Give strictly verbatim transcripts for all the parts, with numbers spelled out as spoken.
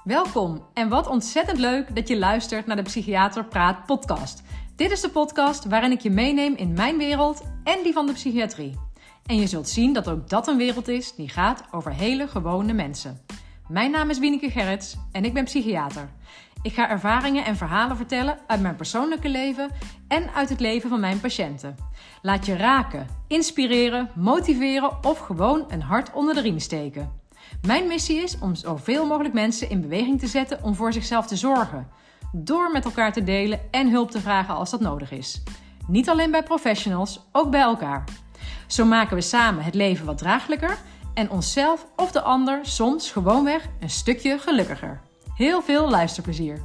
Welkom en wat ontzettend leuk dat je luistert naar de Psychiater Praat podcast. Dit is de podcast waarin ik je meeneem in mijn wereld en die van de psychiatrie. En je zult zien dat ook dat een wereld is die gaat over hele gewone mensen. Mijn naam is Wieneke Gerrits en ik ben psychiater. Ik ga ervaringen en verhalen vertellen uit mijn persoonlijke leven en uit het leven van mijn patiënten. Laat je raken, inspireren, motiveren of gewoon een hart onder de riem steken. Mijn missie is om zoveel mogelijk mensen in beweging te zetten om voor zichzelf te zorgen. Door met elkaar te delen en hulp te vragen als dat nodig is. Niet alleen bij professionals, ook bij elkaar. Zo maken we samen het leven wat draaglijker en onszelf of de ander soms gewoonweg een stukje gelukkiger. Heel veel luisterplezier.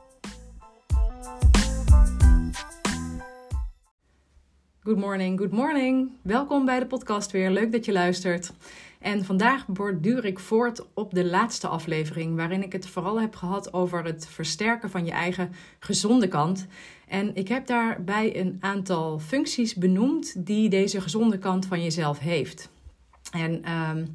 Good morning, good morning. Welkom bij de podcast weer. Leuk dat je luistert. En vandaag borduur ik voort op de laatste aflevering, waarin ik het vooral heb gehad over het versterken van je eigen gezonde kant. En ik heb daarbij een aantal functies benoemd die deze gezonde kant van jezelf heeft. En um,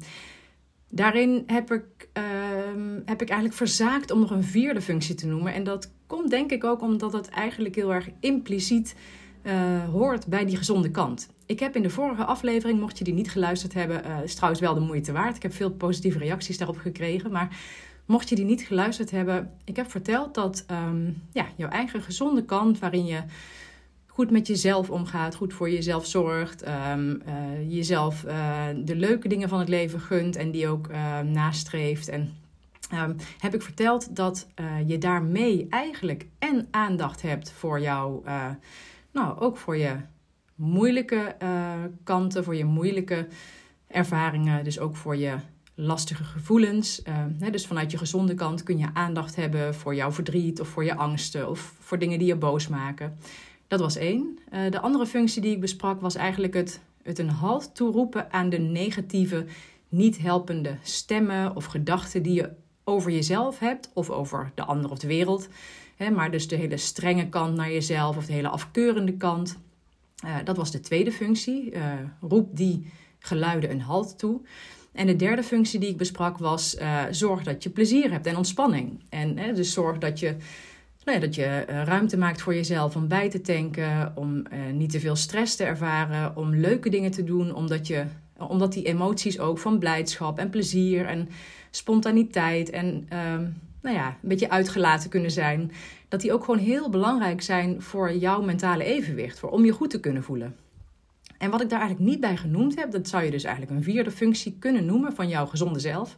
daarin heb ik, um, heb ik eigenlijk verzaakt om nog een vierde functie te noemen. En dat komt denk ik ook omdat het eigenlijk heel erg impliciet uh, hoort bij die gezonde kant. Ik heb in de vorige aflevering, mocht je die niet geluisterd hebben, uh, is trouwens wel de moeite waard. Ik heb veel positieve reacties daarop gekregen. Maar mocht je die niet geluisterd hebben, ik heb verteld dat um, ja, jouw eigen gezonde kant, waarin je goed met jezelf omgaat, goed voor jezelf zorgt, um, uh, jezelf uh, de leuke dingen van het leven gunt en die ook uh, nastreeft. En um, heb ik verteld dat uh, je daarmee eigenlijk en aandacht hebt voor jou, uh, nou ook voor je moeilijke uh, kanten, voor je moeilijke ervaringen, dus ook voor je lastige gevoelens. Uh, hè, dus vanuit je gezonde kant kun je aandacht hebben voor jouw verdriet of voor je angsten of voor dingen die je boos maken. Dat was één. Uh, de andere functie die ik besprak was eigenlijk het, het een halt toeroepen aan de negatieve, niet helpende stemmen of gedachten die je over jezelf hebt of over de ander of de wereld. Hè, maar dus de hele strenge kant naar jezelf of de hele afkeurende kant. Uh, dat was de tweede functie. Uh, roep die geluiden een halt toe. En de derde functie die ik besprak was uh, zorg dat je plezier hebt en ontspanning. En uh, dus zorg dat je, nou ja, dat je uh, ruimte maakt voor jezelf om bij te tanken, om uh, niet te veel stress te ervaren, om leuke dingen te doen, omdat, je, omdat die emoties ook van blijdschap en plezier en spontaniteit en uh, nou ja, een beetje uitgelaten kunnen zijn, dat die ook gewoon heel belangrijk zijn voor jouw mentale evenwicht, voor, om je goed te kunnen voelen. En wat ik daar eigenlijk niet bij genoemd heb, dat zou je dus eigenlijk een vierde functie kunnen noemen van jouw gezonde zelf,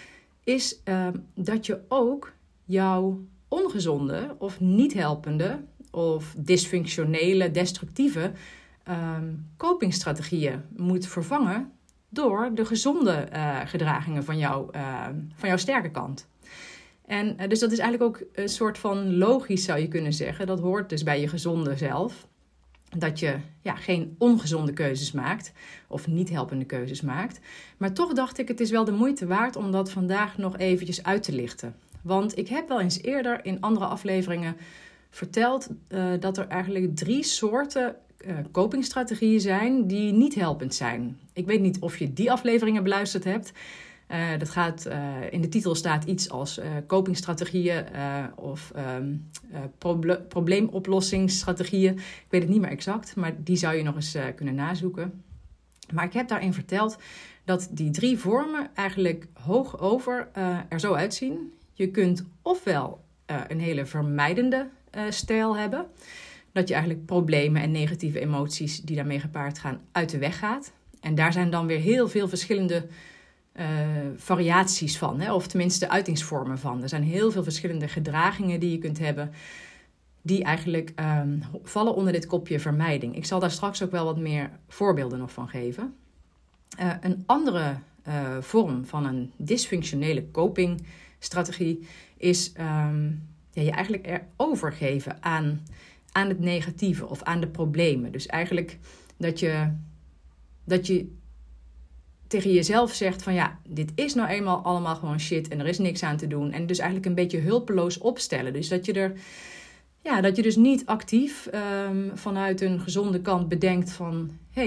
is uh, dat je ook jouw ongezonde of niet helpende of dysfunctionele, destructieve uh, copingstrategieën moet vervangen door de gezonde uh, gedragingen van, jou, uh, van jouw sterke kant. En uh, dus dat is eigenlijk ook een soort van logisch, zou je kunnen zeggen. Dat hoort dus bij je gezonde zelf. Dat je ja, geen ongezonde keuzes maakt of niet helpende keuzes maakt. Maar toch dacht ik, het is wel de moeite waard om dat vandaag nog eventjes uit te lichten. Want ik heb wel eens eerder in andere afleveringen verteld uh, dat er eigenlijk drie soorten uh, copingstrategieën zijn die niet helpend zijn. Ik weet niet of je die afleveringen beluisterd hebt. Uh, dat gaat, uh, in de titel staat iets als uh, copingstrategieën uh, of um, uh, proble- probleemoplossingsstrategieën. Ik weet het niet meer exact, maar die zou je nog eens uh, kunnen nazoeken. Maar ik heb daarin verteld dat die drie vormen eigenlijk hoog over uh, er zo uitzien. Je kunt ofwel uh, een hele vermijdende uh, stijl hebben, dat je eigenlijk problemen en negatieve emoties die daarmee gepaard gaan uit de weg gaat. En daar zijn dan weer heel veel verschillende Uh, variaties van, hè, of tenminste uitingsvormen van. Er zijn heel veel verschillende gedragingen die je kunt hebben, die eigenlijk um, vallen onder dit kopje vermijding. Ik zal daar straks ook wel wat meer voorbeelden nog van geven. Uh, een andere uh, vorm van een dysfunctionele copingstrategie is um, ja, je eigenlijk er overgeven aan, aan het negatieve of aan de problemen. Dus eigenlijk dat je, dat je tegen jezelf zegt van ja, dit is nou eenmaal allemaal gewoon shit en er is niks aan te doen. En dus eigenlijk een beetje hulpeloos opstellen. Dus dat je er, ja, dat je dus niet actief um, vanuit een gezonde kant bedenkt van hé, hey,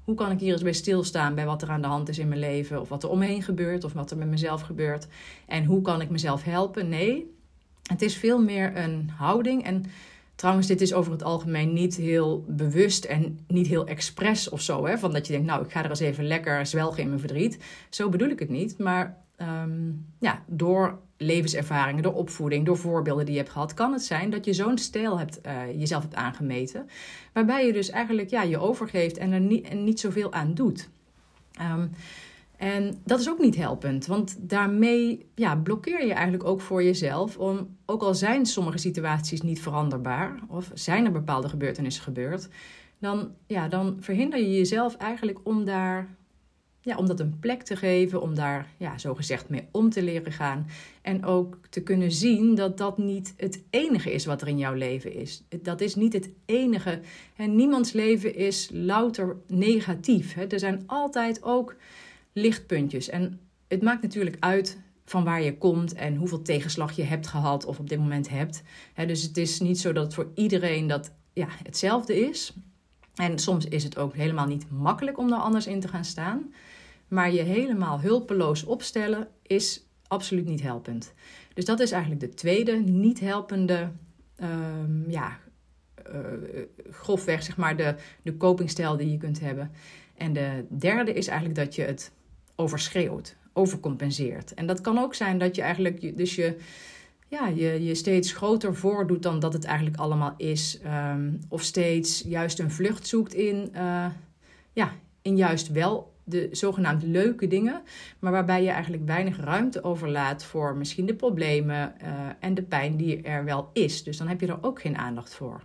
hoe kan ik hier eens bij stilstaan bij wat er aan de hand is in mijn leven, of wat er omheen gebeurt, of wat er met mezelf gebeurt. En hoe kan ik mezelf helpen? Nee, het is veel meer een houding. En trouwens, dit is over het algemeen niet heel bewust en niet heel expres of zo. Hè? Van dat je denkt, nou, ik ga er eens even lekker zwelgen in mijn verdriet. Zo bedoel ik het niet. Maar um, ja, door levenservaringen, door opvoeding, door voorbeelden die je hebt gehad, kan het zijn dat je zo'n stijl hebt, uh, jezelf hebt aangemeten. Waarbij je dus eigenlijk ja, je overgeeft en er niet, en niet zoveel aan doet. Um, En dat is ook niet helpend, want daarmee ja, blokkeer je eigenlijk ook voor jezelf. Om, ook al zijn sommige situaties niet veranderbaar of zijn er bepaalde gebeurtenissen gebeurd, dan, ja, dan verhinder je jezelf eigenlijk om, daar, ja, om dat een plek te geven, om daar ja, zogezegd mee om te leren gaan. En ook te kunnen zien dat dat niet het enige is wat er in jouw leven is. Dat is niet het enige. En niemands leven is louter negatief. Hè. Er zijn altijd ook lichtpuntjes. En het maakt natuurlijk uit van waar je komt en hoeveel tegenslag je hebt gehad of op dit moment hebt. He, dus het is niet zo dat het voor iedereen dat, ja, hetzelfde is. En soms is het ook helemaal niet makkelijk om daar anders in te gaan staan. Maar je helemaal hulpeloos opstellen is absoluut niet helpend. Dus dat is eigenlijk de tweede niet helpende, um, ja, uh, grofweg zeg maar de, de copingstijl die je kunt hebben. En de derde is eigenlijk dat je het overschreeuwt, overcompenseert. En dat kan ook zijn dat je eigenlijk dus je, ja, je, je steeds groter voordoet dan dat het eigenlijk allemaal is. Um, of steeds juist een vlucht zoekt in, uh, ja, in juist wel de zogenaamd leuke dingen. Maar waarbij je eigenlijk weinig ruimte overlaat voor misschien de problemen uh, en de pijn die er wel is. Dus dan heb je er ook geen aandacht voor.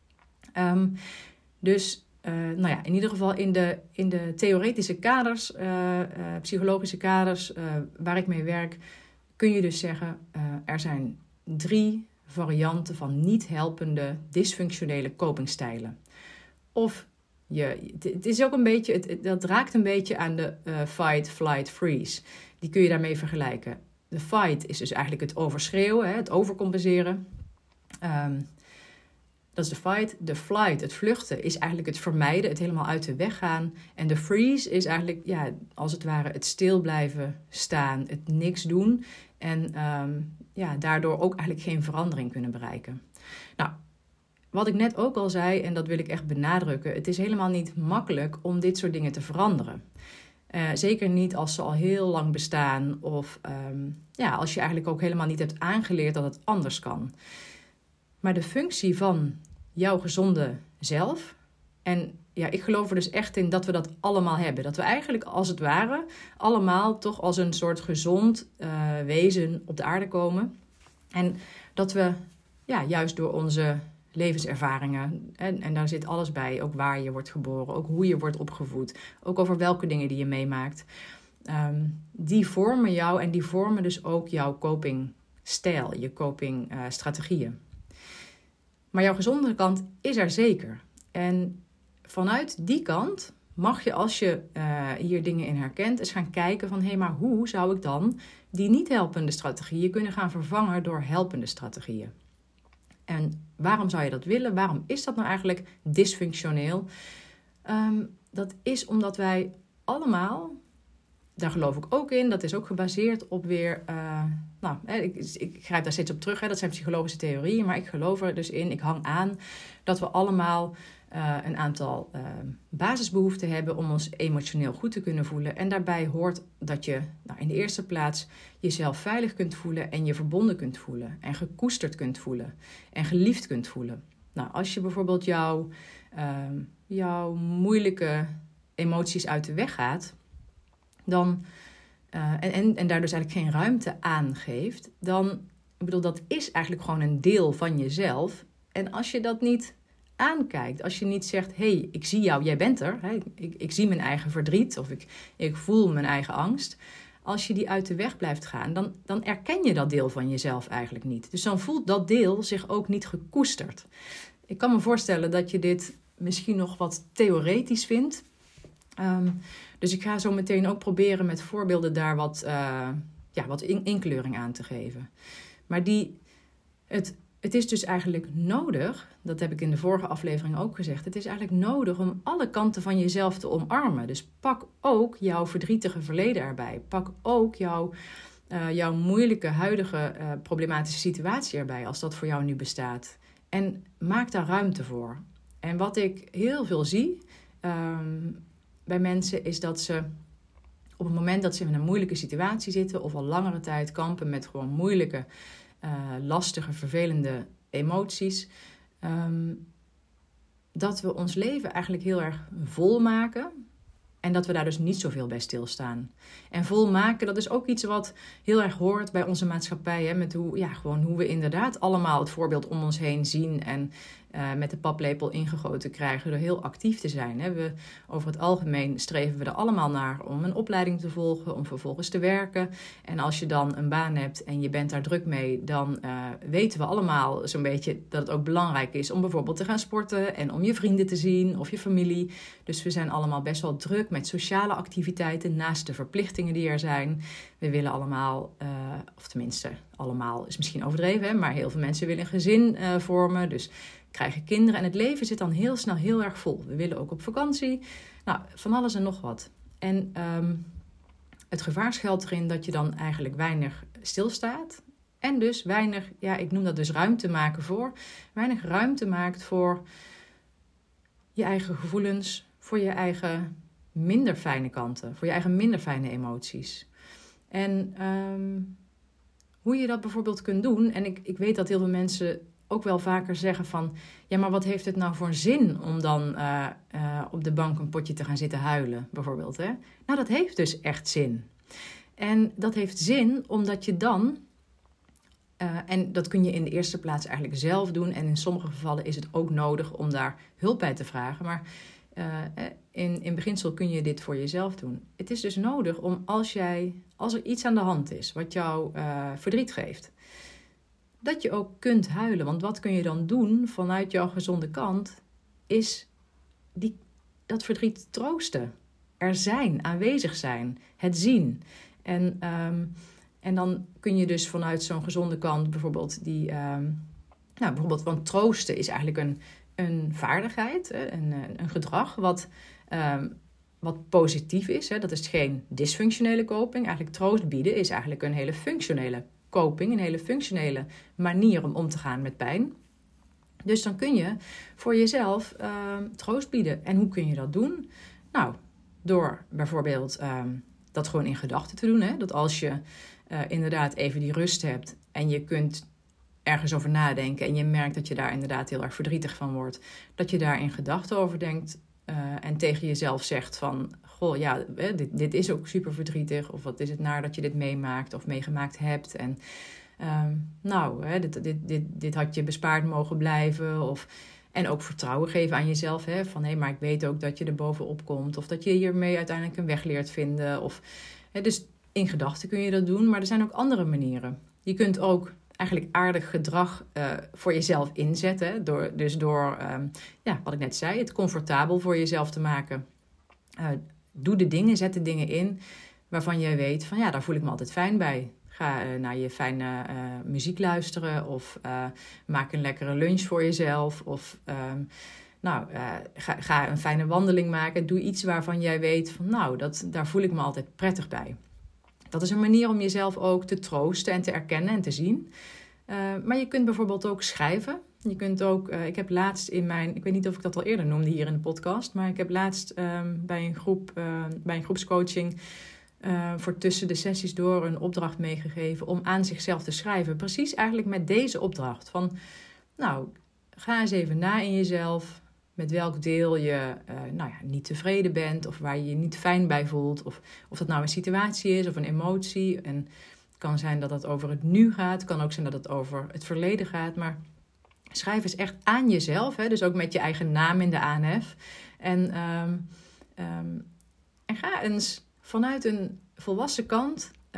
Um, dus Uh, nou ja, in ieder geval in de, in de theoretische kaders, uh, uh, psychologische kaders uh, waar ik mee werk, kun je dus zeggen, uh, er zijn drie varianten van niet helpende dysfunctionele copingstijlen. Of je, het is ook een beetje, het, het, dat raakt een beetje aan de uh, fight, flight, freeze. Die kun je daarmee vergelijken. De fight is dus eigenlijk het overschreeuwen, hè, het overcompenseren. Um, Dat is de fight. De flight, het vluchten, is eigenlijk het vermijden, het helemaal uit de weg gaan. En de freeze is eigenlijk, ja, als het ware het stil blijven staan, het niks doen. En um, ja, daardoor ook eigenlijk geen verandering kunnen bereiken. Nou, wat ik net ook al zei, en dat wil ik echt benadrukken, het is helemaal niet makkelijk om dit soort dingen te veranderen. Uh, zeker niet als ze al heel lang bestaan of um, ja, als je eigenlijk ook helemaal niet hebt aangeleerd dat het anders kan. Maar de functie van jouw gezonde zelf, en ja, ik geloof er dus echt in dat we dat allemaal hebben. Dat we eigenlijk als het ware allemaal toch als een soort gezond uh, wezen op de aarde komen. En dat we ja, juist door onze levenservaringen, en, en daar zit alles bij, ook waar je wordt geboren, ook hoe je wordt opgevoed, ook over welke dingen die je meemaakt, um, die vormen jou en die vormen dus ook jouw copingstijl, je copingstrategieën. Maar jouw gezonde kant is er zeker. En vanuit die kant mag je, als je uh, hier dingen in herkent, eens gaan kijken van, hé, hey, maar hoe zou ik dan die niet helpende strategieën kunnen gaan vervangen door helpende strategieën? En waarom zou je dat willen? Waarom is dat nou eigenlijk dysfunctioneel? Um, dat is omdat wij allemaal, daar geloof ik ook in, dat is ook gebaseerd op weer, uh, nou, ik, ik grijp daar steeds op terug, hè, dat zijn psychologische theorieën, maar ik geloof er dus in, ik hang aan, dat we allemaal uh, een aantal uh, basisbehoeften hebben om ons emotioneel goed te kunnen voelen. En daarbij hoort dat je nou, in de eerste plaats jezelf veilig kunt voelen en je verbonden kunt voelen en gekoesterd kunt voelen en geliefd kunt voelen. Nou, als je bijvoorbeeld jouw, uh, jouw moeilijke emoties uit de weg gaat, dan, uh, en, en, en daar dus eigenlijk geen ruimte aan geeft, dan, ik bedoel, dat is eigenlijk gewoon een deel van jezelf. En als je dat niet aankijkt, als je niet zegt, hé, hey, ik zie jou, jij bent er, hè, ik, ik zie mijn eigen verdriet of ik, ik voel mijn eigen angst. Als je die uit de weg blijft gaan, dan, dan erken je dat deel van jezelf eigenlijk niet. Dus dan voelt dat deel zich ook niet gekoesterd. Ik kan me voorstellen dat je dit misschien nog wat theoretisch vindt. Um, dus ik ga zo meteen ook proberen met voorbeelden daar wat, uh, ja, wat in, inkleuring aan te geven. Maar die, het het is dus eigenlijk nodig, dat heb ik in de vorige aflevering ook gezegd, het is eigenlijk nodig om alle kanten van jezelf te omarmen. Dus pak ook jouw verdrietige verleden erbij. Pak ook jouw, uh, jouw moeilijke huidige uh, problematische situatie erbij, als dat voor jou nu bestaat. En maak daar ruimte voor. En wat ik heel veel zie um, bij mensen is dat ze op het moment dat ze in een moeilijke situatie zitten of al langere tijd kampen met gewoon moeilijke, uh, lastige, vervelende emoties, um, dat we ons leven eigenlijk heel erg vol maken en dat we daar dus niet zoveel bij stilstaan. En volmaken, dat is ook iets wat heel erg hoort bij onze maatschappij, hè, met hoe, ja, gewoon hoe we inderdaad allemaal het voorbeeld om ons heen zien en uh, met de paplepel ingegoten krijgen door heel actief te zijn. Hè. We, over het algemeen streven we er allemaal naar om een opleiding te volgen, om vervolgens te werken. En als je dan een baan hebt en je bent daar druk mee, dan uh, weten we allemaal zo'n beetje dat het ook belangrijk is om bijvoorbeeld te gaan sporten en om je vrienden te zien of je familie. Dus we zijn allemaal best wel druk met sociale activiteiten naast de verplichtingen die er zijn. We willen allemaal, uh, of tenminste allemaal is misschien overdreven, hè, maar heel veel mensen willen een gezin uh, vormen, dus krijgen kinderen. En het leven zit dan heel snel heel erg vol. We willen ook op vakantie. Nou, van alles en nog wat. En um, het gevaar schuilt erin dat je dan eigenlijk weinig stilstaat. En dus weinig, ja, ik noem dat dus ruimte maken voor. Weinig ruimte maakt voor je eigen gevoelens, voor je eigen minder fijne kanten, voor je eigen minder fijne emoties. En um, hoe je dat bijvoorbeeld kunt doen, en ik, ik weet dat heel veel mensen ook wel vaker zeggen van, ja, maar wat heeft het nou voor zin om dan uh, uh, op de bank een potje te gaan zitten huilen, bijvoorbeeld, hè? Nou, dat heeft dus echt zin. En dat heeft zin omdat je dan, uh, en dat kun je in de eerste plaats eigenlijk zelf doen, en in sommige gevallen is het ook nodig om daar hulp bij te vragen, maar uh, in, in beginsel kun je dit voor jezelf doen. Het is dus nodig om als jij, als er iets aan de hand is wat jou uh, verdriet geeft, dat je ook kunt huilen. Want wat kun je dan doen vanuit jouw gezonde kant, is die, dat verdriet troosten. Er zijn, aanwezig zijn, het zien. En, um, en dan kun je dus vanuit zo'n gezonde kant bijvoorbeeld die, um, nou bijvoorbeeld, want troosten is eigenlijk een, een vaardigheid, een, een gedrag wat, um, wat positief is. Hè. Dat is geen dysfunctionele coping. Eigenlijk troost bieden is eigenlijk een hele functionele coping, een hele functionele manier om om te gaan met pijn. Dus dan kun je voor jezelf uh, troost bieden. En hoe kun je dat doen? Nou, door bijvoorbeeld uh, dat gewoon in gedachten te doen. Hè? Dat als je uh, inderdaad even die rust hebt en je kunt ergens over nadenken en je merkt dat je daar inderdaad heel erg verdrietig van wordt, dat je daar in gedachten over denkt uh, en tegen jezelf zegt van, goh, ja, dit, dit is ook super verdrietig, of wat is het naar dat je dit meemaakt of meegemaakt hebt. En um, nou, hè, dit, dit, dit, dit had je bespaard mogen blijven. Of, en ook vertrouwen geven aan jezelf. Hè, van hé, hey, maar ik weet ook dat je er bovenop komt. Of dat je hiermee uiteindelijk een weg leert vinden. Of, hè, dus in gedachten kun je dat doen, maar er zijn ook andere manieren. Je kunt ook eigenlijk aardig gedrag uh, voor jezelf inzetten. Door, dus door, um, ja, wat ik net zei, het comfortabel voor jezelf te maken. Uh, doe de dingen, zet de dingen in waarvan jij weet van ja, daar voel ik me altijd fijn bij. Ga uh, naar je fijne uh, muziek luisteren of uh, maak een lekkere lunch voor jezelf. Of um, nou, uh, ga, ga een fijne wandeling maken. Doe iets waarvan jij weet van nou, dat, daar voel ik me altijd prettig bij. Dat is een manier om jezelf ook te troosten en te erkennen en te zien. Uh, maar je kunt bijvoorbeeld ook schrijven. Je kunt ook, uh, ik heb laatst in mijn, ik weet niet of ik dat al eerder noemde hier in de podcast, maar ik heb laatst um, bij een groep, uh, bij een groepscoaching uh, voor tussen de sessies door een opdracht meegegeven om aan zichzelf te schrijven. Precies eigenlijk met deze opdracht van, nou, ga eens even na in jezelf met welk deel je uh, nou ja, niet tevreden bent of waar je je niet fijn bij voelt. Of, of dat nou een situatie is of een emotie. En het kan zijn dat het over het nu gaat. Het kan ook zijn dat het over het verleden gaat. Maar schrijf eens echt aan jezelf. Hè? Dus ook met je eigen naam in de aanhef. En, um, um, en ga eens vanuit een volwassen kant uh,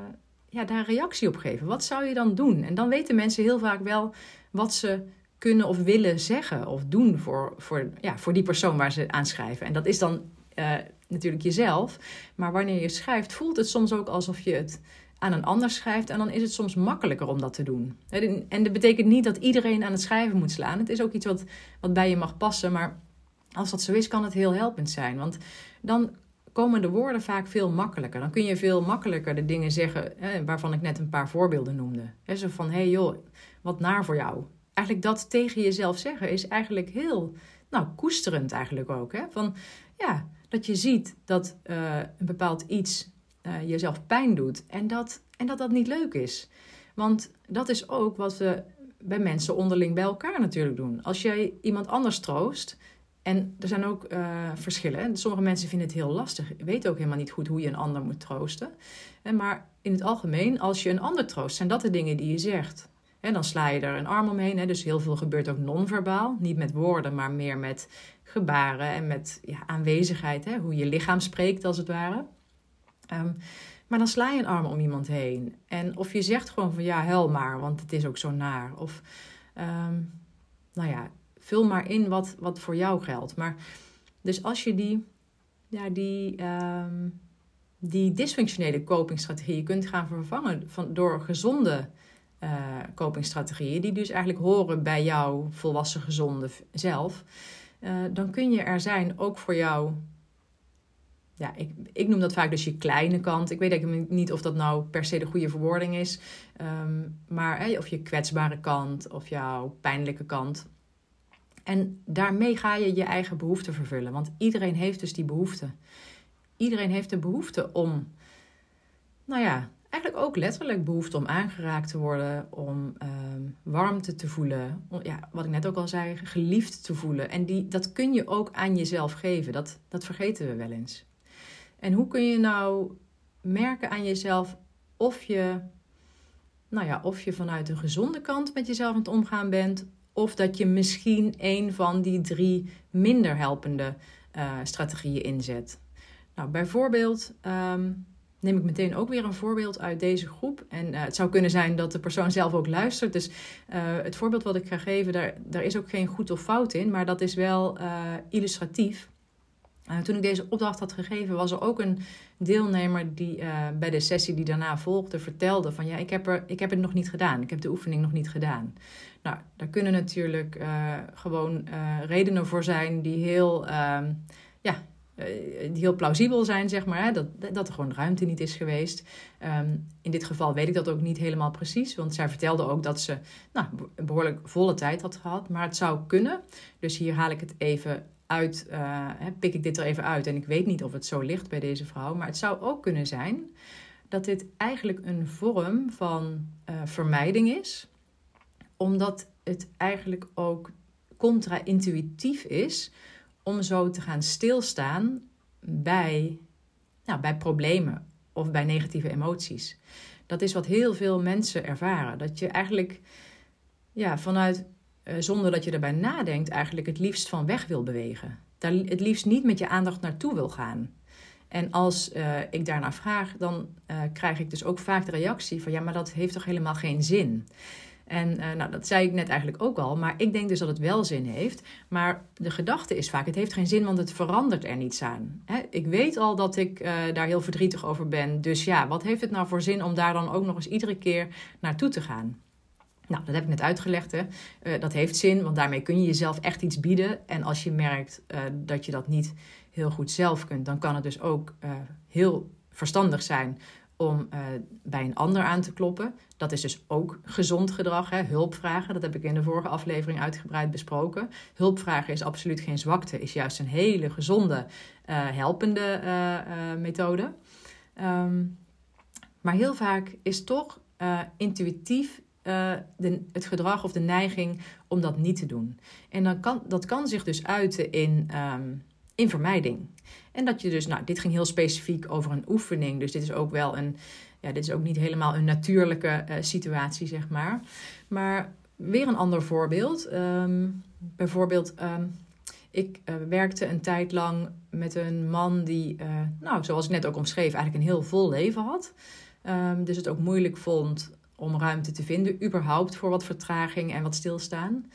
ja, daar reactie op geven. Wat zou je dan doen? En dan weten mensen heel vaak wel wat ze kunnen of willen zeggen of doen voor, voor, ja, voor die persoon waar ze aan schrijven. En dat is dan uh, natuurlijk jezelf. Maar wanneer je schrijft, voelt het soms ook alsof je het aan een ander schrijft. En dan is het soms makkelijker om dat te doen. En dat betekent niet dat iedereen aan het schrijven moet slaan. Het is ook iets wat, wat bij je mag passen. Maar als dat zo is, kan het heel helpend zijn. Want dan komen de woorden vaak veel makkelijker. Dan kun je veel makkelijker de dingen zeggen hè, waarvan ik net een paar voorbeelden noemde. Hè, zo van, hé hey joh, wat naar voor jou. Eigenlijk dat tegen jezelf zeggen is eigenlijk heel, nou, koesterend eigenlijk ook. Hè? Van, ja, dat je ziet dat uh, een bepaald iets uh, jezelf pijn doet en dat, en dat dat niet leuk is. Want dat is ook wat we bij mensen onderling bij elkaar natuurlijk doen. Als jij iemand anders troost, en er zijn ook uh, verschillen. Sommige mensen vinden het heel lastig, weten ook helemaal niet goed hoe je een ander moet troosten. Maar in het algemeen, als je een ander troost, zijn dat de dingen die je zegt. En dan sla je er een arm omheen. Hè? Dus heel veel gebeurt ook non-verbaal. Niet met woorden, maar meer met gebaren en met ja, aanwezigheid. Hè? Hoe je lichaam spreekt, als het ware. Um, maar dan sla je een arm om iemand heen. En of je zegt gewoon van ja, huil maar, want het is ook zo naar. Of um, nou ja, vul maar in wat, wat voor jou geldt. Maar dus als je die, ja, die, um, die dysfunctionele copingstrategieën kunt gaan vervangen van, door gezonde Uh, copingstrategieën, die dus eigenlijk horen bij jouw volwassen gezonde zelf, uh, dan kun je er zijn ook voor jou. Ja, ik, ik noem dat vaak dus je kleine kant. Ik weet eigenlijk niet of dat nou per se de goede verwoording is, um, maar hey, of je kwetsbare kant of jouw pijnlijke kant. En daarmee ga je je eigen behoeften vervullen, want iedereen heeft dus die behoefte. Iedereen heeft de behoefte om, nou ja, eigenlijk ook letterlijk behoefte om aangeraakt te worden, om um, warmte te voelen. Om, ja, wat ik net ook al zei, geliefd te voelen. En die, dat kun je ook aan jezelf geven. Dat, dat vergeten we wel eens. En hoe kun je nou merken aan jezelf of je, nou ja, of je vanuit een gezonde kant met jezelf aan het omgaan bent, of dat je misschien een van die drie minder helpende uh, strategieën inzet. Nou, bijvoorbeeld Um, neem ik meteen ook weer een voorbeeld uit deze groep. En uh, het zou kunnen zijn dat de persoon zelf ook luistert. Dus uh, het voorbeeld wat ik ga geven, daar, daar is ook geen goed of fout in. Maar dat is wel uh, illustratief. Uh, toen ik deze opdracht had gegeven, was er ook een deelnemer die uh, bij de sessie die daarna volgde vertelde van ja, ik heb, er, ik heb het nog niet gedaan. Ik heb de oefening nog niet gedaan. Nou, daar kunnen natuurlijk uh, gewoon uh, redenen voor zijn die heel, uh, ja, die heel plausibel zijn, zeg maar. Hè? Dat, dat er gewoon ruimte niet is geweest. Um, in dit geval weet ik dat ook niet helemaal precies. Want zij vertelde ook dat ze nou, een behoorlijk volle tijd had gehad. Maar het zou kunnen. Dus hier haal ik het even uit. Uh, hè, pik ik dit er even uit. En ik weet niet of het zo ligt bij deze vrouw. Maar het zou ook kunnen zijn dat dit eigenlijk een vorm van uh, vermijding is. Omdat het eigenlijk ook contra-intuïtief is om zo te gaan stilstaan bij, nou, bij problemen of bij negatieve emoties. Dat is wat heel veel mensen ervaren. Dat je eigenlijk ja, vanuit, uh, zonder dat je erbij nadenkt, eigenlijk het liefst van weg wil bewegen. Daar het liefst niet met je aandacht naartoe wil gaan. En als uh, ik daarnaar vraag, dan uh, krijg ik dus ook vaak de reactie van ja, maar dat heeft toch helemaal geen zin. En uh, nou, dat zei ik net eigenlijk ook al, maar ik denk dus dat het wel zin heeft. Maar de gedachte is vaak, het heeft geen zin, want het verandert er niets aan. Hè? Ik weet al dat ik uh, daar heel verdrietig over ben. Dus ja, wat heeft het nou voor zin om daar dan ook nog eens iedere keer naartoe te gaan? Nou, dat heb ik net uitgelegd. Hè? Uh, dat heeft zin, want daarmee kun je jezelf echt iets bieden. En als je merkt uh, dat je dat niet heel goed zelf kunt, dan kan het dus ook uh, heel verstandig zijn om uh, bij een ander aan te kloppen. Dat is dus ook gezond gedrag, hè? Hulp vragen. Dat heb ik in de vorige aflevering uitgebreid besproken. Hulp vragen is absoluut geen zwakte. Is juist een hele gezonde, uh, helpende uh, uh, methode. Um, maar heel vaak is toch uh, intuïtief uh, de, het gedrag of de neiging om dat niet te doen. En dan kan, dat kan zich dus uiten in, um, in vermijding. En dat je dus, nou, dit ging heel specifiek over een oefening. Dus dit is ook wel een, ja, dit is ook niet helemaal een natuurlijke uh, situatie, zeg maar. Maar weer een ander voorbeeld. Um, bijvoorbeeld, um, ik uh, werkte een tijd lang met een man die, uh, nou, zoals ik net ook omschreef, eigenlijk een heel vol leven had. Um, dus het ook moeilijk vond om ruimte te vinden, überhaupt voor wat vertraging en wat stilstaan.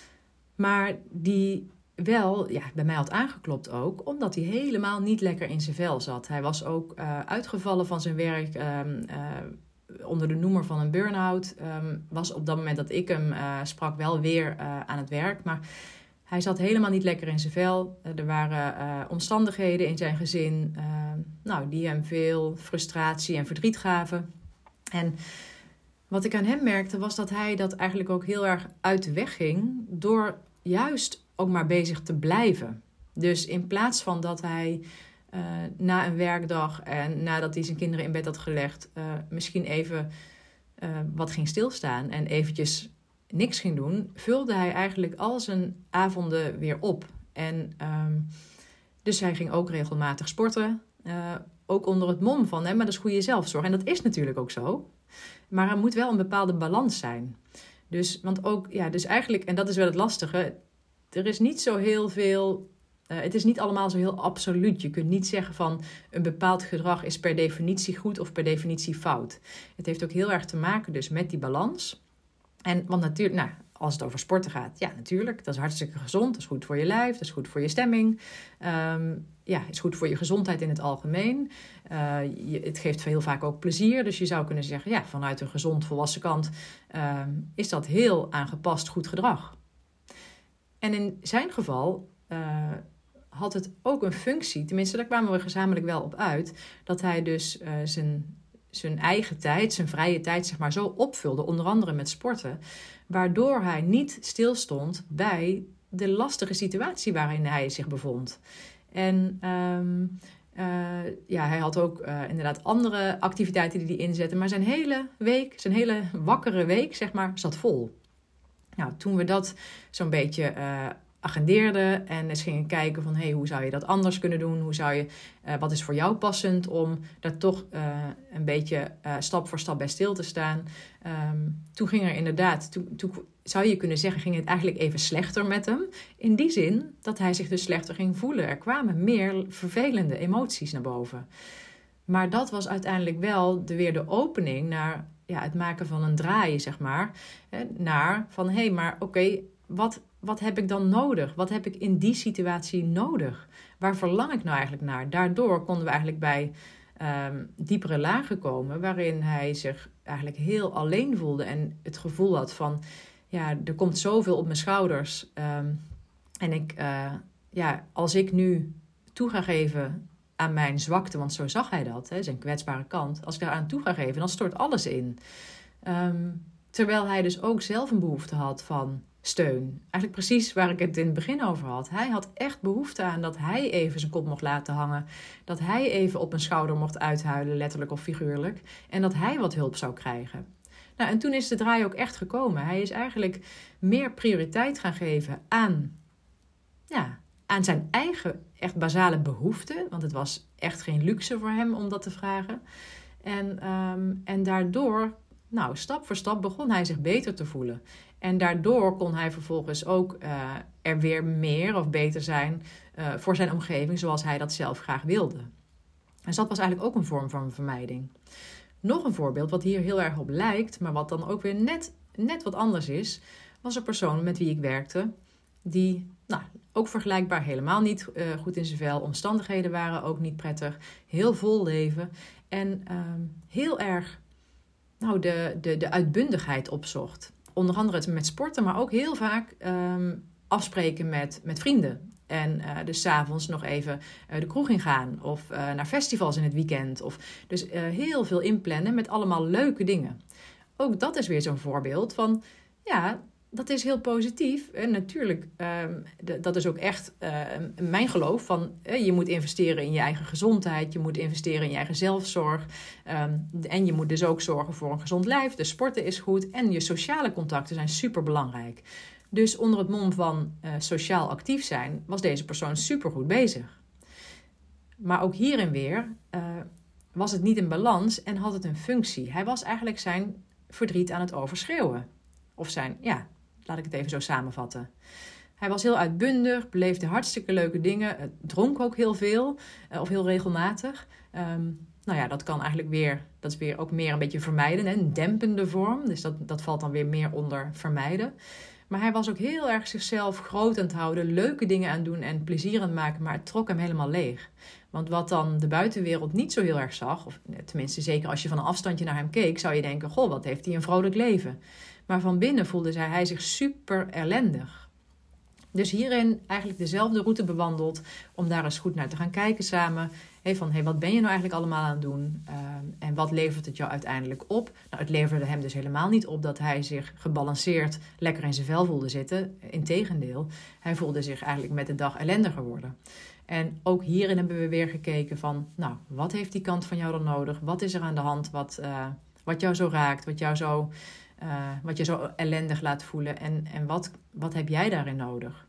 Maar die wel ja, bij mij had aangeklopt ook, omdat hij helemaal niet lekker in zijn vel zat. Hij was ook uh, uitgevallen van zijn werk, uh, uh, onder de noemer van een burn-out. Um, was op dat moment dat ik hem uh, sprak wel weer uh, aan het werk. Maar hij zat helemaal niet lekker in zijn vel. Uh, er waren uh, omstandigheden in zijn gezin uh, nou, die hem veel frustratie en verdriet gaven. En wat ik aan hem merkte was dat hij dat eigenlijk ook heel erg uit de weg ging door juist ook maar bezig te blijven. Dus in plaats van dat hij uh, na een werkdag en nadat hij zijn kinderen in bed had gelegd, uh, misschien even uh, wat ging stilstaan en eventjes niks ging doen, vulde hij eigenlijk al zijn avonden weer op. En um, dus hij ging ook regelmatig sporten, uh, ook onder het mom van, hè, maar dat is goede zelfzorg. En dat is natuurlijk ook zo. Maar er moet wel een bepaalde balans zijn. Dus, want ook, ja, dus eigenlijk, en dat is wel het lastige, er is niet zo heel veel, uh, het is niet allemaal zo heel absoluut. Je kunt niet zeggen van een bepaald gedrag is per definitie goed of per definitie fout. Het heeft ook heel erg te maken dus met die balans. En want natuurlijk, nou, als het over sporten gaat, ja, natuurlijk, dat is hartstikke gezond. Dat is goed voor je lijf, dat is goed voor je stemming. Um, ja, is goed voor je gezondheid in het algemeen. Uh, je, het geeft heel vaak ook plezier. Dus je zou kunnen zeggen, ja, vanuit een gezond volwassen kant uh, is dat heel aangepast goed gedrag. En in zijn geval uh, had het ook een functie, tenminste daar kwamen we gezamenlijk wel op uit, dat hij dus uh, zijn, zijn eigen tijd, zijn vrije tijd zeg maar zo opvulde, onder andere met sporten, waardoor hij niet stilstond bij de lastige situatie waarin hij zich bevond. En um, uh, ja, hij had ook uh, inderdaad andere activiteiten die hij inzette. Maar zijn hele week, zijn hele wakkere week, zeg maar, zat vol. Nou, toen we dat zo'n beetje uh, agendeerden en eens gingen kijken van, hey, hoe zou je dat anders kunnen doen? Hoe zou je, uh, wat is voor jou passend om daar toch uh, een beetje uh, stap voor stap bij stil te staan? Um, toen ging er inderdaad, toen, toen zou je kunnen zeggen, ging het eigenlijk even slechter met hem. In die zin dat hij zich dus slechter ging voelen. Er kwamen meer vervelende emoties naar boven. Maar dat was uiteindelijk wel de, weer de opening naar ja, het maken van een draai, zeg maar. Hè, naar van, hé, hey, maar oké, okay, wat, wat heb ik dan nodig? Wat heb ik in die situatie nodig? Waar verlang ik nou eigenlijk naar? Daardoor konden we eigenlijk bij um, diepere lagen komen, waarin hij zich eigenlijk heel alleen voelde en het gevoel had van, ja, er komt zoveel op mijn schouders. Um, en ik, uh, ja, als ik nu toe ga geven aan mijn zwakte, want zo zag hij dat, hè, zijn kwetsbare kant. Als ik daar aan toe ga geven, dan stort alles in. Um, terwijl hij dus ook zelf een behoefte had van steun. Eigenlijk precies waar ik het in het begin over had. Hij had echt behoefte aan dat hij even zijn kop mocht laten hangen. Dat hij even op een schouder mocht uithuilen, letterlijk of figuurlijk. En dat hij wat hulp zou krijgen. Nou, en toen is de draai ook echt gekomen. Hij is eigenlijk meer prioriteit gaan geven aan, ja, aan zijn eigen echt basale behoeften. Want het was echt geen luxe voor hem om dat te vragen. En, um, en daardoor, nou, stap voor stap begon hij zich beter te voelen. En daardoor kon hij vervolgens ook uh, er weer meer of beter zijn uh, voor zijn omgeving, zoals hij dat zelf graag wilde. Dus dat was eigenlijk ook een vorm van vermijding. Nog een voorbeeld wat hier heel erg op lijkt, maar wat dan ook weer net, net wat anders is, was een persoon met wie ik werkte, die nou, ook vergelijkbaar helemaal niet uh, goed in zijn vel. Omstandigheden waren ook niet prettig. Heel vol leven. En um, heel erg nou, de, de, de uitbundigheid opzocht. Onder andere met sporten, maar ook heel vaak um, afspreken met, met vrienden. En uh, dus 's avonds nog even uh, de kroeg ingaan. Of uh, naar festivals in het weekend. Of, dus uh, heel veel inplannen met allemaal leuke dingen. Ook dat is weer zo'n voorbeeld van, ja, dat is heel positief. En natuurlijk, um, d- dat is ook echt uh, mijn geloof van, uh, je moet investeren in je eigen gezondheid. Je moet investeren in je eigen zelfzorg. Um, en je moet dus ook zorgen voor een gezond lijf. Dus sporten is goed. En je sociale contacten zijn superbelangrijk. Dus onder het mom van uh, sociaal actief zijn, was deze persoon supergoed bezig. Maar ook hierin weer uh, was het niet in balans en had het een functie. Hij was eigenlijk zijn verdriet aan het overschreeuwen. Of zijn, ja, laat ik het even zo samenvatten. Hij was heel uitbundig, beleefde hartstikke leuke dingen, dronk ook heel veel uh, of heel regelmatig. Um, nou ja, dat kan eigenlijk weer, dat is weer ook meer een beetje vermijden, hè, een dempende vorm. Dus dat, dat valt dan weer meer onder vermijden. Maar hij was ook heel erg zichzelf groot aan het houden, leuke dingen aan het doen en plezier aan het maken, maar het trok hem helemaal leeg. Want wat dan de buitenwereld niet zo heel erg zag, of tenminste zeker als je van een afstandje naar hem keek, zou je denken, goh, wat heeft hij een vrolijk leven. Maar van binnen voelde zij, hij zich super ellendig. Dus hierin eigenlijk dezelfde route bewandeld om daar eens goed naar te gaan kijken samen. Hey, van, hey, wat ben je nou eigenlijk allemaal aan het doen? Uh, en wat levert het jou uiteindelijk op? Nou, het leverde hem dus helemaal niet op dat hij zich gebalanceerd lekker in zijn vel voelde zitten. Integendeel, hij voelde zich eigenlijk met de dag ellendiger worden. En ook hierin hebben we weer gekeken van, nou, wat heeft die kant van jou dan nodig? Wat is er aan de hand wat, uh, wat jou zo raakt, wat jou zo... Uh, wat je zo ellendig laat voelen en, en wat, wat heb jij daarin nodig?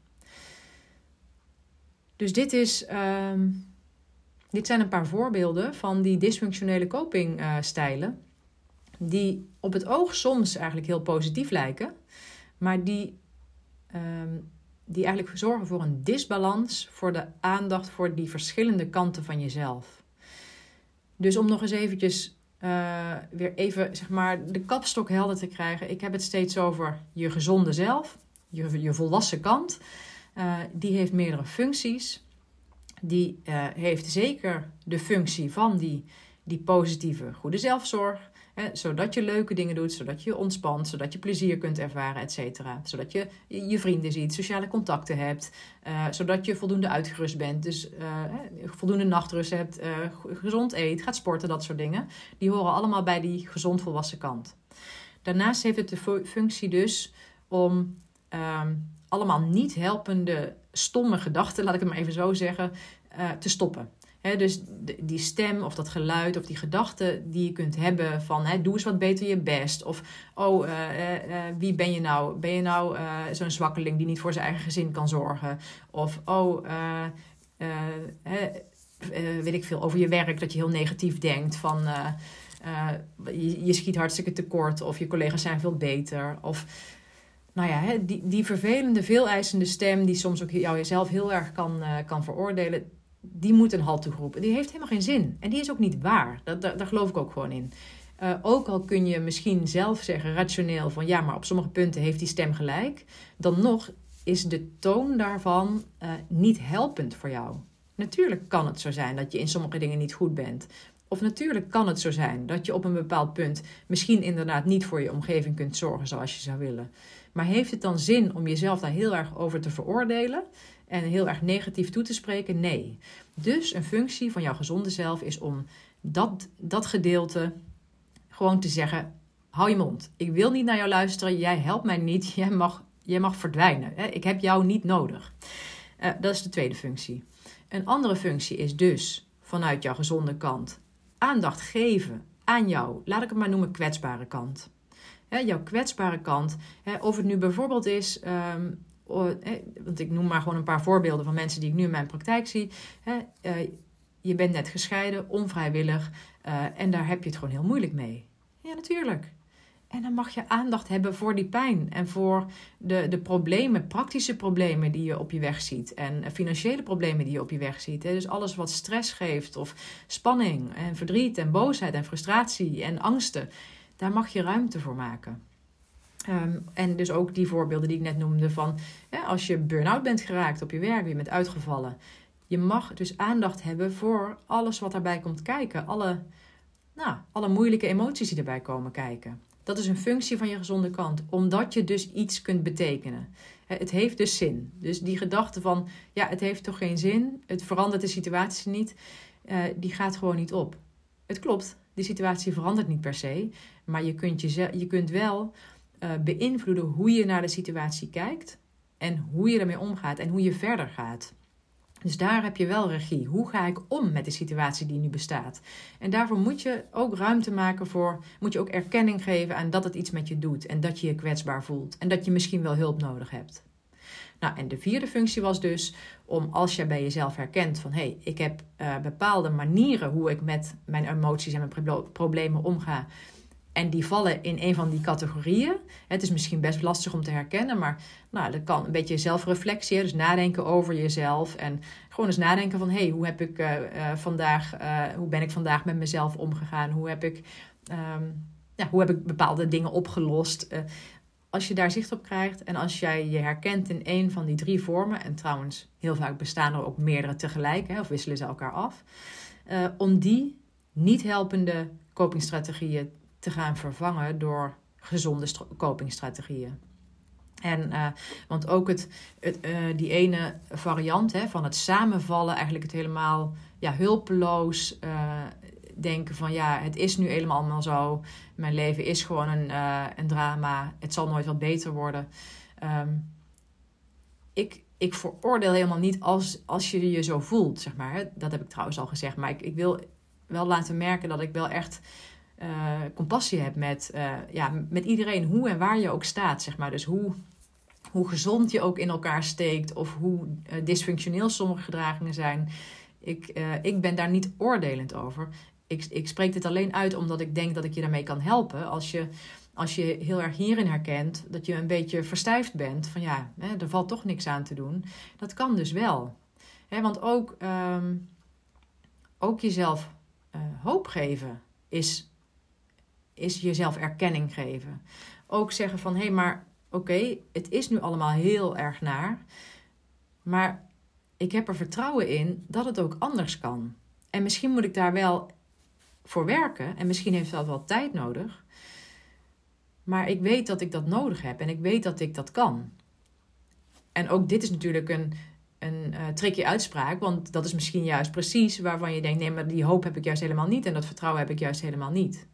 Dus dit, is, uh, dit zijn een paar voorbeelden van die dysfunctionele copingstijlen, uh, die op het oog soms eigenlijk heel positief lijken, maar die, uh, die eigenlijk zorgen voor een disbalans, voor de aandacht voor die verschillende kanten van jezelf. Dus om nog eens eventjes... Uh, weer even zeg maar de kapstok helder te krijgen. Ik heb het steeds over je gezonde zelf, je, je volwassen kant. Uh, die heeft meerdere functies. Die uh, heeft zeker de functie van die, die positieve goede zelfzorg. Hè, zodat je leuke dingen doet, zodat je ontspant, zodat je plezier kunt ervaren, et cetera. Zodat je je vrienden ziet, sociale contacten hebt, uh, zodat je voldoende uitgerust bent. Dus uh, voldoende nachtrust hebt, uh, gezond eet, gaat sporten, dat soort dingen. Die horen allemaal bij die gezond volwassen kant. Daarnaast heeft het de functie dus om um, allemaal niet helpende, stomme gedachten, laat ik het maar even zo zeggen, uh, te stoppen. He, dus die stem of dat geluid of die gedachte die je kunt hebben van he, doe eens wat beter je best. Of oh, uh, uh, uh, wie ben je nou? Ben je nou uh, zo'n zwakkeling die niet voor zijn eigen gezin kan zorgen? Of oh, uh, uh, uh, uh, weet ik veel, over je werk dat je heel negatief denkt van uh, uh, je, je schiet hartstikke tekort of je collega's zijn veel beter. Of nou ja, he, die, die vervelende, veeleisende stem die soms ook jou jezelf heel erg kan, uh, kan veroordelen, die moet een halt toegeroepen. Die heeft helemaal geen zin. En die is ook niet waar. Dat, daar, daar geloof ik ook gewoon in. Uh, ook al kun je misschien zelf zeggen, rationeel, van ja, maar op sommige punten heeft die stem gelijk. Dan nog is de toon daarvan uh, niet helpend voor jou. Natuurlijk kan het zo zijn dat je in sommige dingen niet goed bent. Of natuurlijk kan het zo zijn dat je op een bepaald punt misschien inderdaad niet voor je omgeving kunt zorgen zoals je zou willen. Maar heeft het dan zin om jezelf daar heel erg over te veroordelen en heel erg negatief toe te spreken? Nee. Dus een functie van jouw gezonde zelf is om dat, dat gedeelte gewoon te zeggen, hou je mond. Ik wil niet naar jou luisteren, jij helpt mij niet, jij mag, jij mag verdwijnen. Ik heb jou niet nodig. Uh, dat is de tweede functie. Een andere functie is dus vanuit jouw gezonde kant aandacht geven aan jou, laat ik het maar noemen, kwetsbare kant. He, jouw kwetsbare kant, he, of het nu bijvoorbeeld is, um, oh, he, want ik noem maar gewoon een paar voorbeelden van mensen die ik nu in mijn praktijk zie. He, uh, je bent net gescheiden, onvrijwillig, uh, en daar heb je het gewoon heel moeilijk mee. Ja, natuurlijk. En dan mag je aandacht hebben voor die pijn en voor de, de problemen, praktische problemen die je op je weg ziet. En financiële problemen die je op je weg ziet. Hè. Dus alles wat stress geeft of spanning en verdriet en boosheid en frustratie en angsten. Daar mag je ruimte voor maken. Um, en dus ook die voorbeelden die ik net noemde van ja, als je burn-out bent geraakt op je werk, je bent uitgevallen. Je mag dus aandacht hebben voor alles wat daarbij komt kijken. Alle, nou, alle moeilijke emoties die erbij komen kijken. Dat is een functie van je gezonde kant, omdat je dus iets kunt betekenen. Het heeft dus zin. Dus die gedachte van, ja, het heeft toch geen zin, het verandert de situatie niet, uh, die gaat gewoon niet op. Het klopt, die situatie verandert niet per se, maar je kunt, je, je kunt wel uh, beïnvloeden hoe je naar de situatie kijkt en hoe je ermee omgaat en hoe je verder gaat. Dus daar heb je wel regie. Hoe ga ik om met de situatie die nu bestaat? En daarvoor moet je ook ruimte maken voor, moet je ook erkenning geven aan dat het iets met je doet. En dat je je kwetsbaar voelt. En dat je misschien wel hulp nodig hebt. Nou, en de vierde functie was dus om als je bij jezelf herkent van, hé, hey, ik heb uh, bepaalde manieren hoe ik met mijn emoties en mijn pro- problemen omga. En die vallen in een van die categorieën. Het is misschien best lastig om te herkennen, maar nou, dat kan een beetje zelfreflectie. Dus nadenken over jezelf. En gewoon eens nadenken van, hé, hey, hoe heb ik uh, uh, vandaag, uh, hoe ben ik vandaag met mezelf omgegaan? Hoe heb ik, um, ja, hoe heb ik bepaalde dingen opgelost? Uh, als je daar zicht op krijgt en als jij je herkent in een van die drie vormen, en trouwens heel vaak bestaan er ook meerdere tegelijk, hè, of wisselen ze elkaar af, uh, om die niet helpende copingstrategieën te gaan vervangen door gezonde stro- copingstrategieën. En, uh, want ook het, het, uh, die ene variant hè, van het samenvallen, eigenlijk het helemaal ja, hulpeloos uh, denken van ja, het is nu helemaal allemaal zo. Mijn leven is gewoon een, uh, een drama. Het zal nooit wat beter worden. Um, ik, ik veroordeel helemaal niet als, als je je zo voelt, zeg maar. Dat heb ik trouwens al gezegd. Maar ik, ik wil wel laten merken dat ik wel echt uh, compassie heb met, uh, ja, met iedereen. Hoe en waar je ook staat, zeg maar. Dus hoe, hoe gezond je ook in elkaar steekt. Of hoe uh, dysfunctioneel sommige gedragingen zijn. Ik, uh, ik ben daar niet oordelend over. Ik, ik spreek dit alleen uit omdat ik denk dat ik je daarmee kan helpen. Als je, als je heel erg hierin herkent dat je een beetje verstijfd bent. Van ja, hè, er valt toch niks aan te doen. Dat kan dus wel. Hè, want ook, um, ook jezelf uh, hoop geven is, is jezelf erkenning geven. Ook zeggen van hé, hey, maar oké, okay, het is nu allemaal heel erg naar. Maar ik heb er vertrouwen in dat het ook anders kan. En misschien moet ik daar wel voor werken. En misschien heeft dat wel tijd nodig. Maar ik weet dat ik dat nodig heb. En ik weet dat ik dat kan. En ook dit is natuurlijk een, een uh, tricky uitspraak. Want dat is misschien juist precies waarvan je denkt... nee, maar die hoop heb ik juist helemaal niet. En dat vertrouwen heb ik juist helemaal niet.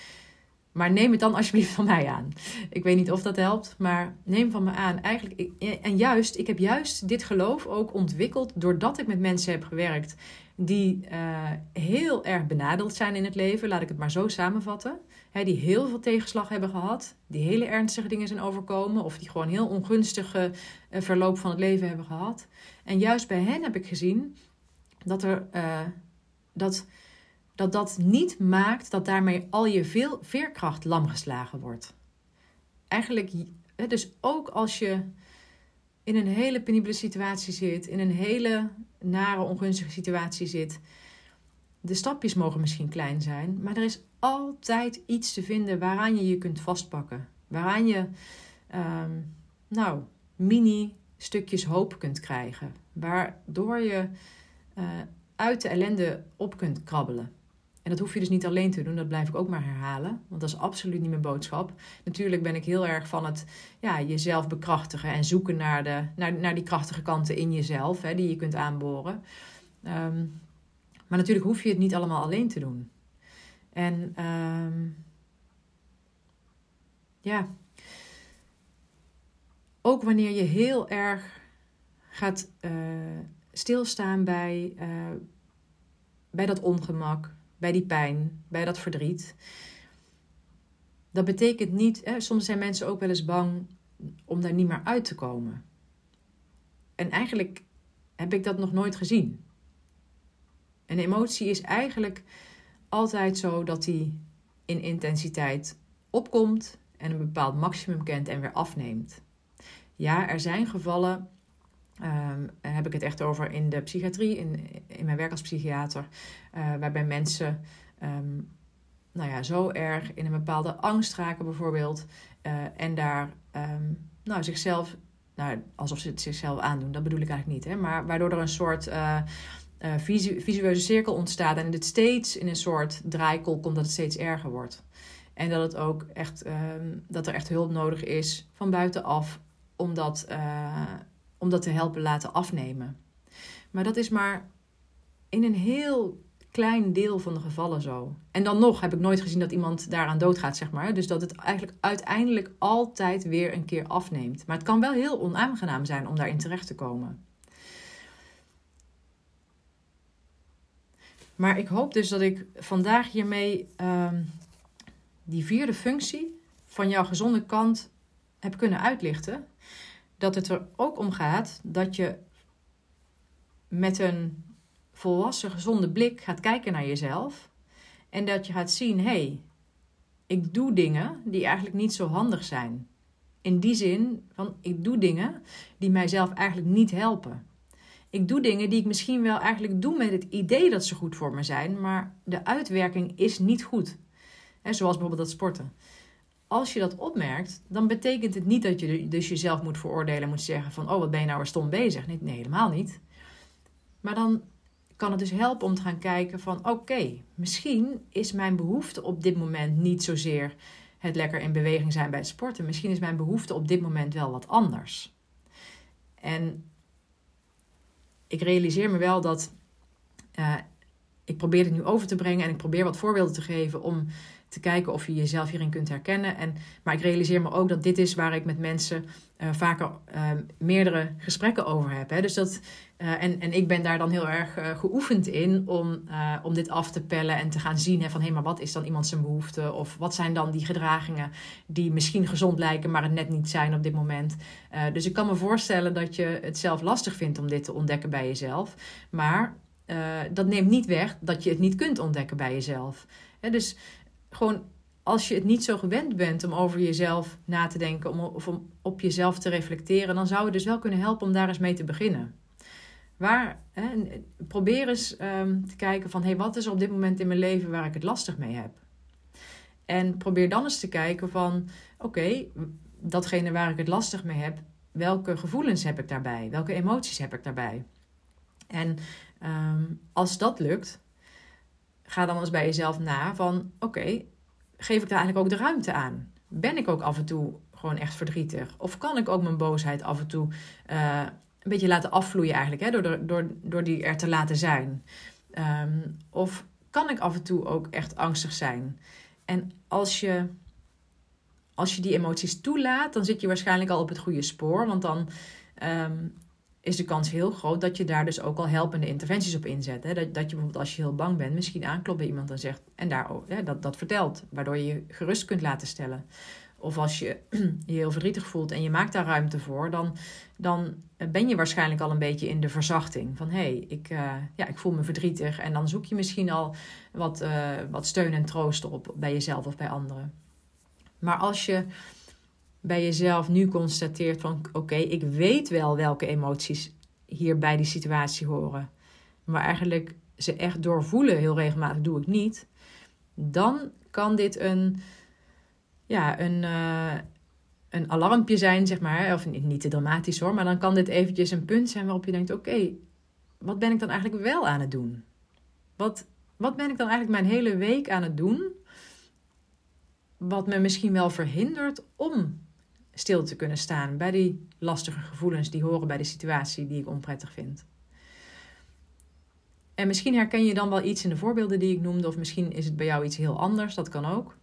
Maar neem het dan alsjeblieft van mij aan. Ik weet niet of dat helpt, maar neem van me aan. Eigenlijk, ik, en juist, ik heb juist dit geloof ook ontwikkeld... doordat ik met mensen heb gewerkt... die uh, heel erg benadeeld zijn in het leven. Laat ik het maar zo samenvatten. He, die heel veel tegenslag hebben gehad. Die hele ernstige dingen zijn overkomen. Of die gewoon heel ongunstige uh, verloop van het leven hebben gehad. En juist bij hen heb ik gezien dat er... Uh, dat, dat dat niet maakt dat daarmee al je veel veerkracht lamgeslagen wordt. Eigenlijk, dus ook als je in een hele penibele situatie zit, in een hele nare, ongunstige situatie zit, de stapjes mogen misschien klein zijn, maar er is altijd iets te vinden waaraan je je kunt vastpakken. Waaraan je, um, nou, mini stukjes hoop kunt krijgen. Waardoor je uh, uit de ellende op kunt krabbelen. En dat hoef je dus niet alleen te doen, dat blijf ik ook maar herhalen. Want dat is absoluut niet mijn boodschap. Natuurlijk ben ik heel erg van het ja, jezelf bekrachtigen en zoeken naar, de, naar, naar die krachtige kanten in jezelf, hè, die je kunt aanboren. Um, maar natuurlijk hoef je het niet allemaal alleen te doen. En um, ja, ook wanneer je heel erg gaat uh, stilstaan bij, uh, bij dat ongemak, bij die pijn, bij dat verdriet. Dat betekent niet, hè, soms zijn mensen ook wel eens bang om daar niet meer uit te komen. En eigenlijk heb ik dat nog nooit gezien. Een emotie is eigenlijk altijd zo dat die in intensiteit opkomt en een bepaald maximum kent en weer afneemt. Ja, er zijn gevallen, um, heb ik het echt over in de psychiatrie, in, in mijn werk als psychiater, uh, waarbij mensen um, nou ja, zo erg in een bepaalde angst raken bijvoorbeeld, uh, en daar um, nou, zichzelf, nou, alsof ze het zichzelf aandoen, dat bedoel ik eigenlijk niet, hè, maar waardoor er een soort uh, uh, visu- visueuze cirkel ontstaat en het steeds in een soort draaikolk komt dat het steeds erger wordt. En dat het ook echt, um, dat er echt hulp nodig is van buitenaf om dat, uh, om dat te helpen laten afnemen. Maar dat is maar in een heel klein deel van de gevallen zo. En dan nog heb ik nooit gezien dat iemand daaraan doodgaat, zeg maar. Dus dat het eigenlijk uiteindelijk altijd weer een keer afneemt. Maar het kan wel heel onaangenaam zijn om daarin terecht te komen. Maar ik hoop dus dat ik vandaag hiermee um, die vierde functie van jouw gezonde kant heb kunnen uitlichten. Dat het er ook om gaat dat je met een volwassen, gezonde blik gaat kijken naar jezelf. En dat je gaat zien, hé, hey, ik doe dingen die eigenlijk niet zo handig zijn. In die zin van, ik doe dingen die mijzelf eigenlijk niet helpen. Ik doe dingen die ik misschien wel eigenlijk doe met het idee dat ze goed voor me zijn, maar de uitwerking is niet goed. He, zoals bijvoorbeeld dat sporten. als je dat opmerkt, dan betekent het niet dat je dus jezelf moet veroordelen en moet zeggen van, oh, wat ben je nou weer stom bezig? Nee, nee, helemaal niet. Maar dan kan het dus helpen om te gaan kijken van, oké, okay, misschien is mijn behoefte op dit moment niet zozeer het lekker in beweging zijn bij het sporten. Misschien is mijn behoefte op dit moment wel wat anders. En ik realiseer me wel dat uh, ik probeer het nu over te brengen en ik probeer wat voorbeelden te geven om te kijken of je jezelf hierin kunt herkennen. En, maar ik realiseer me ook dat dit is waar ik met mensen uh, vaker uh, meerdere gesprekken over heb. Hè. Dus dat, uh, en, en ik ben daar dan heel erg uh, geoefend in om, uh, om dit af te pellen en te gaan zien hè, van hé, hey, maar wat is dan iemand zijn behoefte? Of wat zijn dan die gedragingen die misschien gezond lijken, maar het net niet zijn op dit moment? Uh, dus ik kan me voorstellen dat je het zelf lastig vindt om dit te ontdekken bij jezelf. Maar uh, dat neemt niet weg dat je het niet kunt ontdekken bij jezelf. Hè, dus gewoon als je het niet zo gewend bent om over jezelf na te denken om, of om op jezelf te reflecteren, dan zou het dus wel kunnen helpen om daar eens mee te beginnen. Waar, hè, probeer eens um, te kijken van, hé, hey, wat is er op dit moment in mijn leven waar ik het lastig mee heb? En probeer dan eens te kijken van, oké, okay, datgene waar ik het lastig mee heb, welke gevoelens heb ik daarbij? Welke emoties heb ik daarbij? En um, als dat lukt, ga dan eens bij jezelf na van, oké, okay, geef ik daar eigenlijk ook de ruimte aan? Ben ik ook af en toe gewoon echt verdrietig? Of kan ik ook mijn boosheid af en toe uh, een beetje laten afvloeien eigenlijk, hè? Door, door, door die er te laten zijn? Um, of kan ik af en toe ook echt angstig zijn? En als je, als je die emoties toelaat, dan zit je waarschijnlijk al op het goede spoor, want dan Um, is de kans heel groot dat je daar dus ook al helpende interventies op inzet. Hè? Dat, dat je bijvoorbeeld als je heel bang bent misschien aanklopt bij iemand en zegt en daar ook, hè, dat, dat vertelt, waardoor je je gerust kunt laten stellen. Of als je je heel verdrietig voelt en je maakt daar ruimte voor, dan, dan ben je waarschijnlijk al een beetje in de verzachting. Van hé, hey, ik, uh, ja, ik voel me verdrietig. En dan zoek je misschien al wat, uh, wat steun en troost op bij jezelf of bij anderen. Maar als je bij jezelf nu constateert van oké, okay, ik weet wel welke emoties hier bij die situatie horen, maar eigenlijk ze echt doorvoelen heel regelmatig doe ik niet, dan kan dit een, ja, een, uh, een alarmpje zijn, zeg maar, of niet te dramatisch hoor, maar dan kan dit eventjes een punt zijn waarop je denkt oké, okay, wat ben ik dan eigenlijk wel aan het doen? Wat, wat ben ik dan eigenlijk mijn hele week aan het doen, wat me misschien wel verhindert om stil te kunnen staan bij die lastige gevoelens die horen bij de situatie die ik onprettig vind. En misschien herken je dan wel iets in de voorbeelden die ik noemde, of misschien is het bij jou iets heel anders, dat kan ook.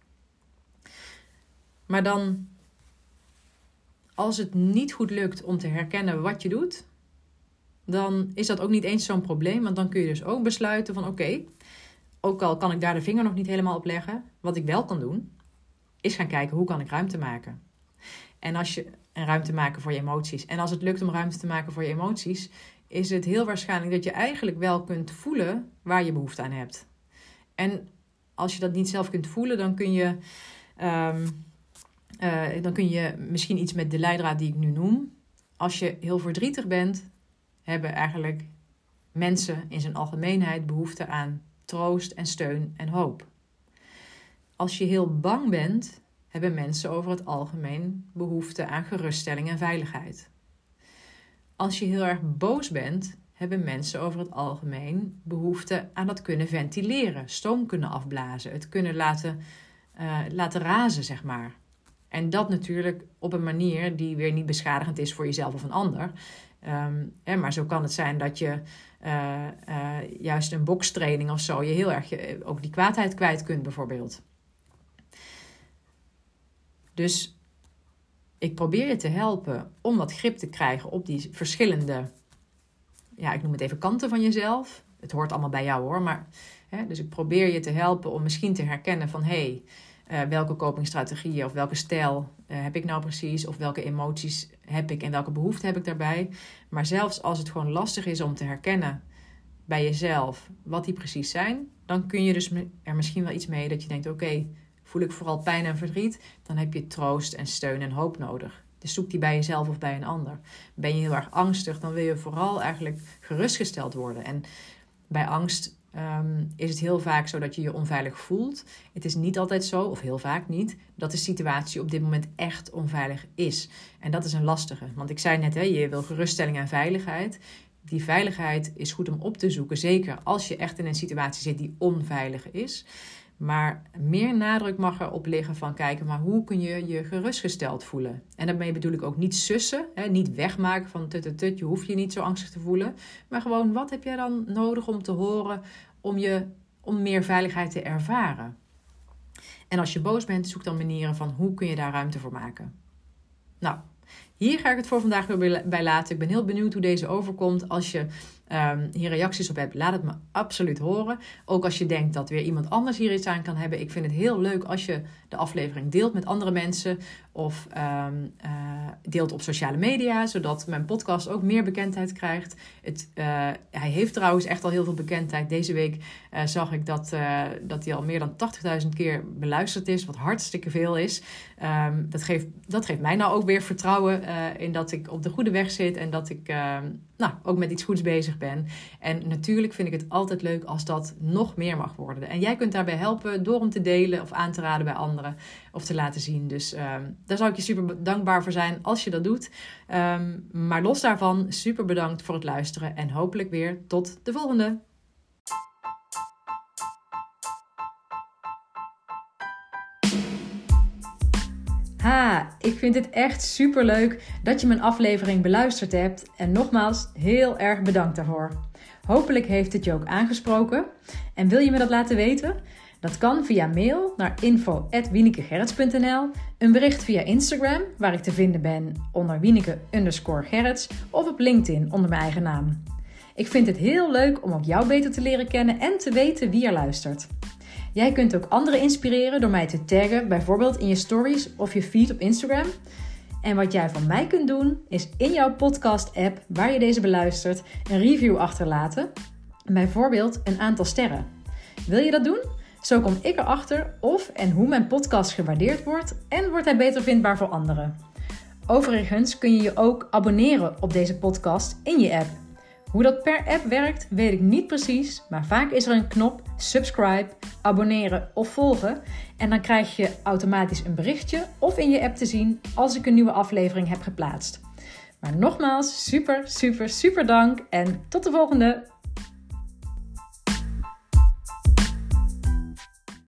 Maar dan, als het niet goed lukt om te herkennen wat je doet, dan is dat ook niet eens zo'n probleem, want dan kun je dus ook besluiten van oké, okay, ook al kan ik daar de vinger nog niet helemaal op leggen, wat ik wel kan doen, is gaan kijken hoe kan ik ruimte maken. En als je een ruimte maken voor je emoties. En als het lukt om ruimte te maken voor je emoties, is het heel waarschijnlijk dat je eigenlijk wel kunt voelen waar je behoefte aan hebt. En als je dat niet zelf kunt voelen, dan kun je, um, uh, dan kun je misschien iets met de leidraad die ik nu noem. Als je heel verdrietig bent, hebben eigenlijk mensen in zijn algemeenheid behoefte aan troost en steun en hoop. Als je heel bang bent, hebben mensen over het algemeen behoefte aan geruststelling en veiligheid. Als je heel erg boos bent, hebben mensen over het algemeen behoefte aan dat kunnen ventileren, stoom kunnen afblazen, het kunnen laten, uh, laten razen, zeg maar. En dat natuurlijk op een manier die weer niet beschadigend is voor jezelf of een ander. Um, hè, maar zo kan het zijn dat je uh, uh, juist een bokstraining of zo je heel erg je, ook die kwaadheid kwijt kunt bijvoorbeeld. Dus ik probeer je te helpen om wat grip te krijgen op die verschillende, ja, ik noem het even kanten van jezelf. Het hoort allemaal bij jou hoor, maar hè, dus ik probeer je te helpen om misschien te herkennen van hé, hey, uh, welke copingstrategieën of welke stijl uh, heb ik nou precies, of welke emoties heb ik en welke behoeften heb ik daarbij. Maar zelfs als het gewoon lastig is om te herkennen bij jezelf wat die precies zijn, dan kun je dus er misschien wel iets mee dat je denkt oké, okay, voel ik vooral pijn en verdriet, dan heb je troost en steun en hoop nodig. Dus zoek die bij jezelf of bij een ander. Ben je heel erg angstig, dan wil je vooral eigenlijk gerustgesteld worden. En bij angst um, is het heel vaak zo dat je je onveilig voelt. Het is niet altijd zo, of heel vaak niet, dat de situatie op dit moment echt onveilig is. En dat is een lastige. Want ik zei net, hè, je wil geruststelling en veiligheid. Die veiligheid is goed om op te zoeken. Zeker als je echt in een situatie zit die onveilig is. Maar meer nadruk mag erop liggen van kijken, maar hoe kun je je gerustgesteld voelen? En daarmee bedoel ik ook niet sussen, hè, niet wegmaken van tut, tut, tut, je hoeft je niet zo angstig te voelen. Maar gewoon, wat heb jij dan nodig om te horen om, je, om meer veiligheid te ervaren? En als je boos bent, zoek dan manieren van hoe kun je daar ruimte voor maken. Nou, hier ga ik het voor vandaag weer bij laten. Ik ben heel benieuwd hoe deze overkomt. Als je um, hier reacties op hebt, laat het me absoluut horen. Ook als je denkt dat weer iemand anders hier iets aan kan hebben. Ik vind het heel leuk als je de aflevering deelt met andere mensen. Of um, uh, deelt op sociale media, zodat mijn podcast ook meer bekendheid krijgt. Het, uh, hij heeft trouwens echt al heel veel bekendheid. Deze week uh, zag ik dat, uh, dat hij al meer dan tachtigduizend keer beluisterd is. Wat hartstikke veel is. Um, dat, geeft, dat geeft mij nou ook weer vertrouwen uh, in dat ik op de goede weg zit. En dat ik uh, nou, ook met iets goeds bezig ben. En natuurlijk vind ik het altijd leuk als dat nog meer mag worden. En jij kunt daarbij helpen door hem te delen of aan te raden bij anderen. Of te laten zien. Dus um, daar zou ik je super dankbaar voor zijn als je dat doet. Um, maar los daarvan, super bedankt voor het luisteren. En hopelijk weer tot de volgende. Ha, ik vind het echt super leuk dat je mijn aflevering beluisterd hebt. En nogmaals, heel erg bedankt daarvoor. Hopelijk heeft het je ook aangesproken. En wil je me dat laten weten? Dat kan via mail naar info at wienekegerrits punt n l, een bericht via Instagram, waar ik te vinden ben onder wieneke underscore gerrits, of op LinkedIn onder mijn eigen naam. Ik vind het heel leuk om ook jou beter te leren kennen en te weten wie er luistert. Jij kunt ook anderen inspireren door mij te taggen, bijvoorbeeld in je stories of je feed op Instagram. En wat jij van mij kunt doen, is in jouw podcast-app waar je deze beluistert, een review achterlaten. Bijvoorbeeld een aantal sterren. Wil je dat doen? Zo kom ik erachter of en hoe mijn podcast gewaardeerd wordt en wordt hij beter vindbaar voor anderen. Overigens kun je je ook abonneren op deze podcast in je app. Hoe dat per app werkt, weet ik niet precies, maar vaak is er een knop subscribe, abonneren of volgen en dan krijg je automatisch een berichtje of in je app te zien als ik een nieuwe aflevering heb geplaatst. Maar nogmaals, super, super, super dank en tot de volgende!